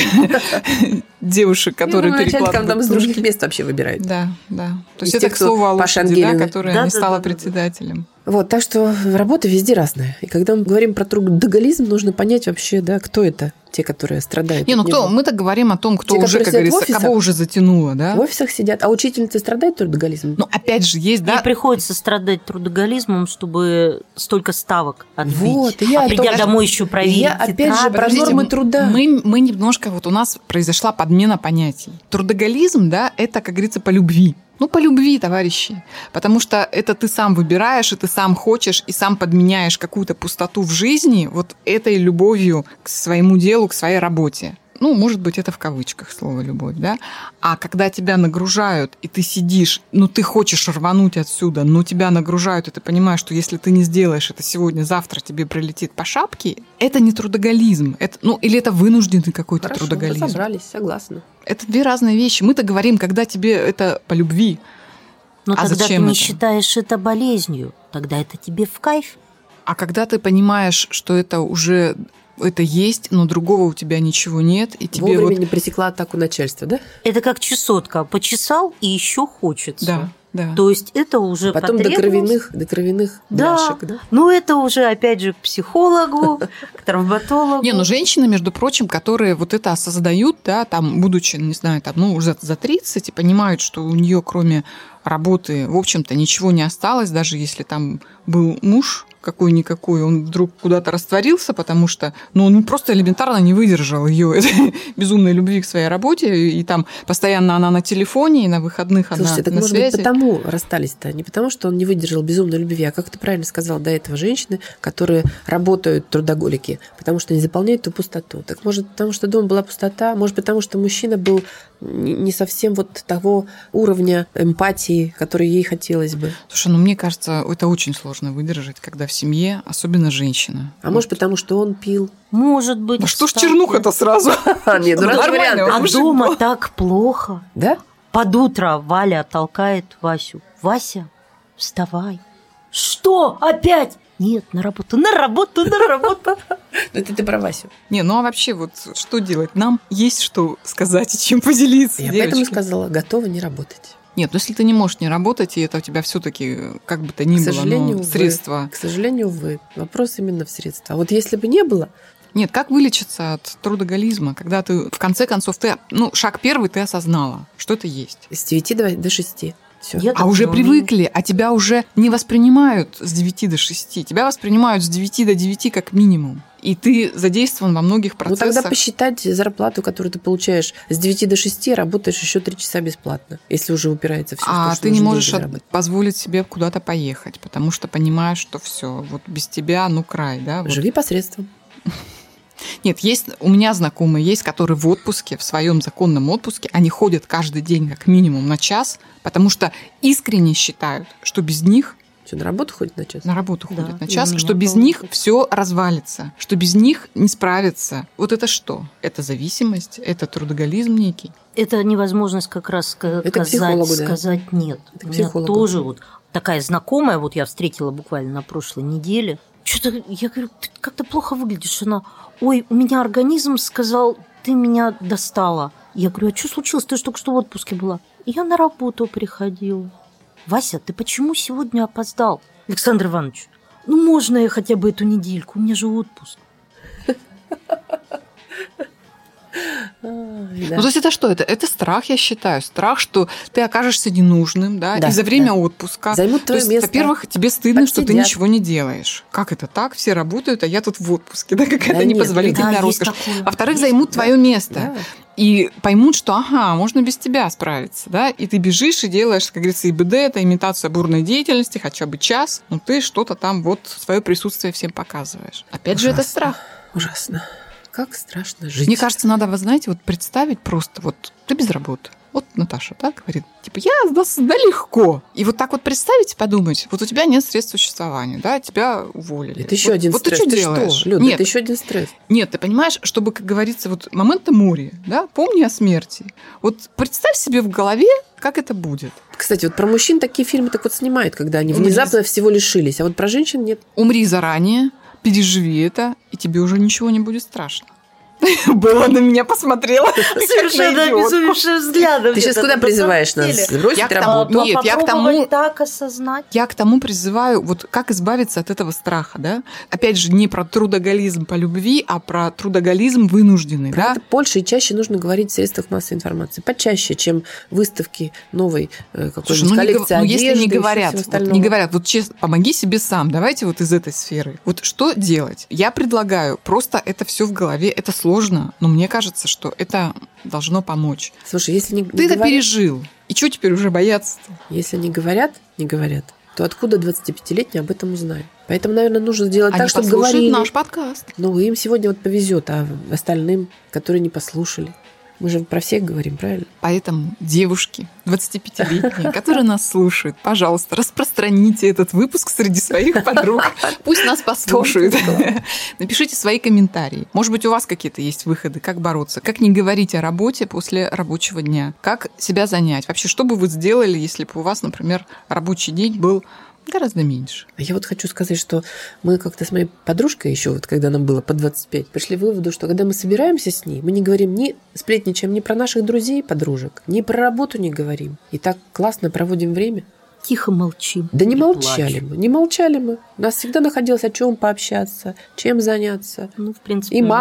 девушек, которые перекладывают. Начальником там из других мест вообще выбирают. Да. То есть, это, к слову, о лошади, которая не стала председателем. Вот, так что работа везде разная. И когда мы говорим про трудоголизм, нужно понять вообще, да, кто это, те, которые страдают. Мы-то говорим о том, кто уже, как говорится, кого уже затянуло, да? В офисах сидят. А учительницы страдают трудоголизмом? Ну, опять же, есть, да? Ей приходится страдать трудоголизмом, чтобы столько ставок отбить. Вот, придя домой еще проверить. Я опять же про нормы труда. Мы немножко, вот у нас произошла подмена понятий. Трудоголизм, да, это, как говорится, по любви. Ну, по любви, товарищи. Потому что это ты сам выбираешь, и ты сам хочешь, и сам подменяешь какую-то пустоту в жизни вот этой любовью к своему делу, к своей работе. Ну, может быть, это в кавычках слово «любовь», да? А когда тебя нагружают, и ты сидишь, ты хочешь рвануть отсюда, но тебя нагружают, и ты понимаешь, что если ты не сделаешь это сегодня, завтра тебе прилетит по шапке, это не трудоголизм. Или это вынужденный какой-то трудоголизм. Разобрались, согласна. Это две разные вещи. Мы-то говорим, когда тебе это по любви. Но тогда ты не считаешь это болезнью, тогда это тебе в кайф. А когда ты понимаешь, что это уже... Это есть, но другого у тебя ничего нет, и тебе вовремя не пресекла атаку начальства, да? Это как чесотка. Почесал, и еще хочется. Да. То есть это уже потом до кровяных бляшек, да? Ну, это уже, опять же, к психологу, к травматологу. Женщины, между прочим, которые вот это осознают, да, там, будучи, не знаю, там, уже за 30, и понимают, что у нее кроме работы, в общем-то, ничего не осталось, даже если там был муж какой-никакой, он вдруг куда-то растворился, потому что, он просто элементарно не выдержал ее безумной любви к своей работе, и там постоянно она на телефоне, и на выходных она на связи. Может быть, потому расстались-то, не потому, что он не выдержал безумной любви, а как ты правильно сказала до этого, женщины, которые работают, трудоголики, потому что не заполняют ту пустоту. Так может, потому что дома была пустота, может, потому что мужчина был не совсем вот того уровня эмпатии, который ей хотелось бы. Слушай, мне кажется, это очень сложно выдержать, когда в семье, особенно женщина. А может, потому что он пил? Может быть. А что ж чернуха-то сразу? Нет, нормально. А дома так плохо. Да? Под утро Валя толкает Васю. Вася, вставай. Что? Опять? Нет, на работу. Это ты про Васю. А вообще вот что делать? Нам есть что сказать и чем поделиться. Я поэтому сказала, готова не работать. Нет, если ты не можешь не работать, и это у тебя все-таки как бы то ни было, средства. К сожалению, увы. Вопрос именно в средства. А вот если бы не было... Нет, как вылечиться от трудоголизма, когда ты, в конце концов, шаг первый ты осознала, что это есть? С 9 до 6. Всё. Уже привыкли, а тебя уже не воспринимают с 9 до 6. Тебя воспринимают с 9 до 9 как минимум. И ты задействован во многих процессах. Тогда посчитать зарплату, которую ты получаешь с 9 до 6, работаешь еще 3 часа бесплатно, если уже упирается все в то, что ты не можешь позволить себе куда-то поехать, потому что понимаешь, что все, вот без тебя, край, да? Живи посредством. Нет, у меня знакомые есть, которые в отпуске, в своем законном отпуске, они ходят каждый день как минимум на час, потому что искренне считают, что без них... Что, на работу ходят на час? На работу ходят на час, что без них все развалится, что без них не справится. Вот это что? Это зависимость? Это трудоголизм некий? Это невозможность как раз сказать нет. Это у меня тоже вот такая знакомая, вот я встретила буквально на прошлой неделе. Что-то, я говорю, ты как-то плохо выглядишь. Она, ой, у меня организм сказал, ты меня достала. Я говорю, а что случилось? Ты же только что в отпуске была. Я на работу приходила. Вася, ты почему сегодня опоздал? Александр Иванович, ну можно я хотя бы эту недельку? У меня же отпуск. Ну, то есть это что? Это страх, я считаю. Страх, что ты окажешься ненужным, да, и за время отпуска. Займут твое место. Во-первых, тебе стыдно, что ты ничего не делаешь. Как это так? Все работают, а я тут в отпуске. Да, какая-то непозволительная роскошь. Во-вторых, займут твое место. Да. И поймут, что, можно без тебя справиться, да, и ты бежишь и делаешь, как говорится, ИБД, это имитация бурной деятельности, хотя бы час, но ты что-то там вот свое присутствие всем показываешь. Опять же, это страх. Ужасно. Как страшно жить. Мне кажется, надо, вы знаете, вот представить просто, вот ты без работы. Вот Наташа, да, говорит, типа, да легко. И вот так вот представить, подумать, вот у тебя нет средств существования, да, тебя уволили. Это еще один стресс. Вот ты что делаешь? Люд, это еще один стресс. Нет, ты понимаешь, чтобы, как говорится, вот момента мори, да, помни о смерти. Вот представь себе в голове, как это будет. Кстати, вот про мужчин такие фильмы так вот снимают, когда они внезапно всего лишились, а вот про женщин нет. Умри заранее, переживи это, и тебе уже ничего не будет страшно. Была на меня посмотрела. Совершенно обезумевшим взглядом. Ты сейчас куда призываешь нас? Бросить работу? Нет, я к тому... так осознать. Я к тому призываю, вот как избавиться от этого страха, да? Опять же, не про трудоголизм по любви, а про трудоголизм вынужденный, да? Это больше и чаще нужно говорить в средствах массовой информации. Почаще, чем выставки новой какой-нибудь коллекции одежды. Если не говорят, вот честно, помоги себе сам, давайте вот из этой сферы. Вот что делать? Я предлагаю просто это все в голове, это сложно, но мне кажется, что это должно помочь. Слушай, если не ты это пережил, и что теперь уже бояться-то? Если не говорят, то откуда 25-летние об этом узнают? Поэтому, наверное, нужно сделать так, чтобы говорили. Наш подкаст. Ну, им сегодня вот повезет, а остальным, которые не послушали. Мы же про всех говорим, правильно? Поэтому, девушки, 25-летние, которые нас слушают, пожалуйста, распространите этот выпуск среди своих подруг. Пусть нас послушают. Напишите свои комментарии. Может быть, у вас какие-то есть выходы, как бороться, как не говорить о работе после рабочего дня, как себя занять. Вообще, что бы вы сделали, если бы у вас, например, рабочий день был гораздо меньше. Я вот хочу сказать, что мы как-то с моей подружкой еще, вот когда нам было по 25, пришли к выводу, что когда мы собираемся с ней, мы не говорим ни сплетничаем ни про наших друзей, подружек, ни про работу не говорим. И так классно проводим время. Тихо молчим. Да не молчали мы, не молчали мы. У нас всегда находилось о чем пообщаться, чем заняться. Ну, в принципе, и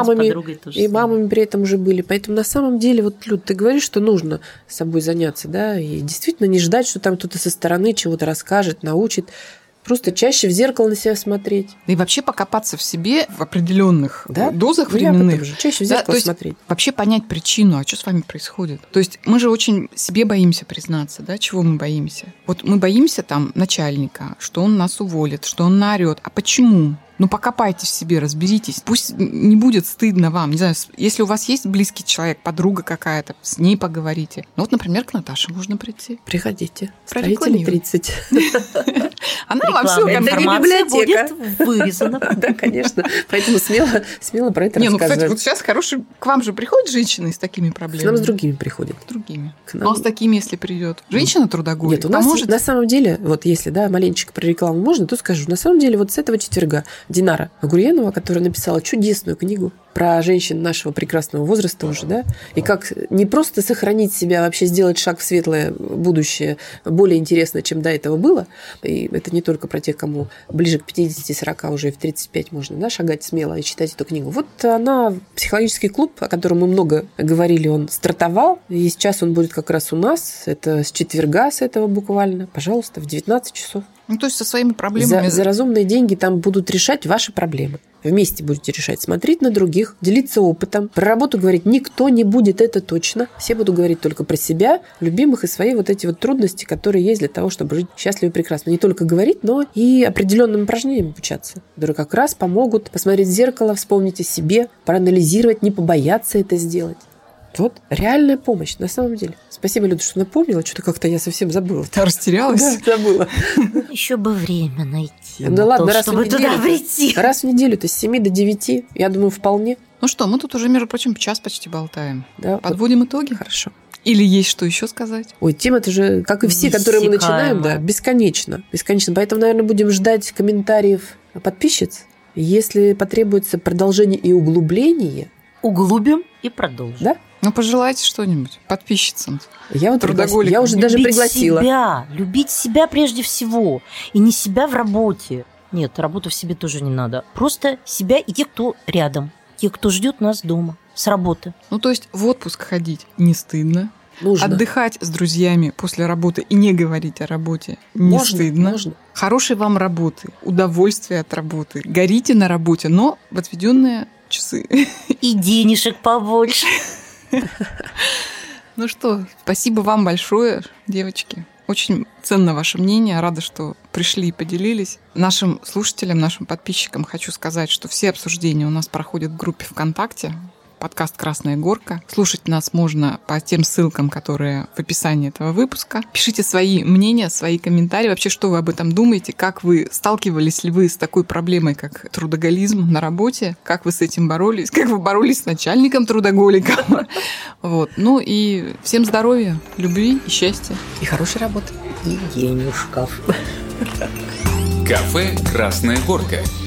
мамами при этом уже были. Поэтому на самом деле, вот, Люд, ты говоришь, что нужно с собой заняться, да, и действительно не ждать, что там кто-то со стороны чего-то расскажет, научит. Просто чаще в зеркало на себя смотреть. И вообще покопаться в себе в определенных дозах временных. Чаще в зеркало смотреть. Вообще понять причину, а что с вами происходит. То есть мы же очень себе боимся признаться, да, чего мы боимся. Вот мы боимся там начальника, что он нас уволит, что он наорет. А почему? Ну, покопайтесь в себе, разберитесь. Пусть не будет стыдно вам. Не знаю, если у вас есть близкий человек, подруга какая-то, с ней поговорите. Ну, вот, например, к Наташе можно прийти. Приходите. Строители 30. Она вам всю информацию будет вырезана. Да, конечно. Поэтому смело про это рассказывать. Ну, кстати, вот сейчас хороший... К вам же приходят женщины с такими проблемами? К нам с другими приходят. С другими. Ну, а с такими, если придет? Женщина трудоголик? Нет, у нас на самом деле, вот если, да, маленечко про рекламу можно, то скажу. На самом деле, вот с этого четверга Динара Агурьянова, которая написала чудесную книгу про женщин нашего прекрасного возраста уже, да, и как не просто сохранить себя, а вообще сделать шаг в светлое будущее более интересно, чем до этого было. И это не только про тех, кому ближе к 50-40, уже и в 35 можно, да, шагать смело и читать эту книгу. Вот она, психологический клуб, о котором мы много говорили, он стартовал, и сейчас он будет как раз у нас. Это с четверга, с этого буквально, пожалуйста, в 19 часов. Ну, то есть со своими проблемами. За разумные деньги там будут решать ваши проблемы. Вместе будете решать, смотреть на других, других, делиться опытом. Про работу говорить никто не будет, это точно. Все будут говорить только про себя, любимых и свои вот эти вот трудности, которые есть для того, чтобы жить счастливо и прекрасно. Не только говорить, но и определенным упражнениям обучаться, которые как раз помогут посмотреть в зеркало, вспомнить о себе, проанализировать, не побояться это сделать. Вот реальная помощь, на самом деле. Спасибо, Люда, что напомнила. Что-то как-то я совсем забыла. Ты растерялась? Да, забыла. Еще бы время найти. Да ладно, раз в чтобы туда неделю. прийти. Раз в неделю-то с 7 до 9, я думаю, вполне. Ну что, мы тут уже, между прочим, час почти болтаем. Да. Подводим итоги? Хорошо. Или есть что еще сказать? Ой, тема-то же, как и все, которые мы начинаем, да, бесконечно. Бесконечно. Поэтому, наверное, будем ждать комментариев подписчиц. Если потребуется продолжение и углубление... Углубим и продолжим. Да? Ну, пожелайте что-нибудь подписчицам. Я вот Трудоголикам. я уже даже пригласила. Любить себя прежде всего. И не себя в работе. Нет, работу в себе тоже не надо. Просто себя и тех, кто рядом. Тех, кто ждет нас дома, с работы. Ну, то есть в отпуск ходить не стыдно. Нужно. Отдыхать с друзьями после работы и не говорить о работе не стыдно. Можно. Хорошей вам работы, удовольствия от работы. Горите на работе, но в отведенные часы. И денежек побольше. Ну что, спасибо вам большое, девочки. Очень ценно ваше мнение. Рада, что пришли и поделились. Нашим слушателям, нашим подписчикам хочу сказать, что все обсуждения у нас проходят в группе ВКонтакте. Подкаст «Красная горка». Слушать нас можно по тем ссылкам, которые в описании этого выпуска. Пишите свои мнения, свои комментарии. Вообще, что вы об этом думаете? Как вы сталкивались ли вы с такой проблемой, как трудоголизм на работе? Как вы с этим боролись? Как вы боролись с начальником-трудоголиком? Вот. Ну и всем здоровья, любви и счастья. И хорошей работы. И денежков. Кафе «Красная горка».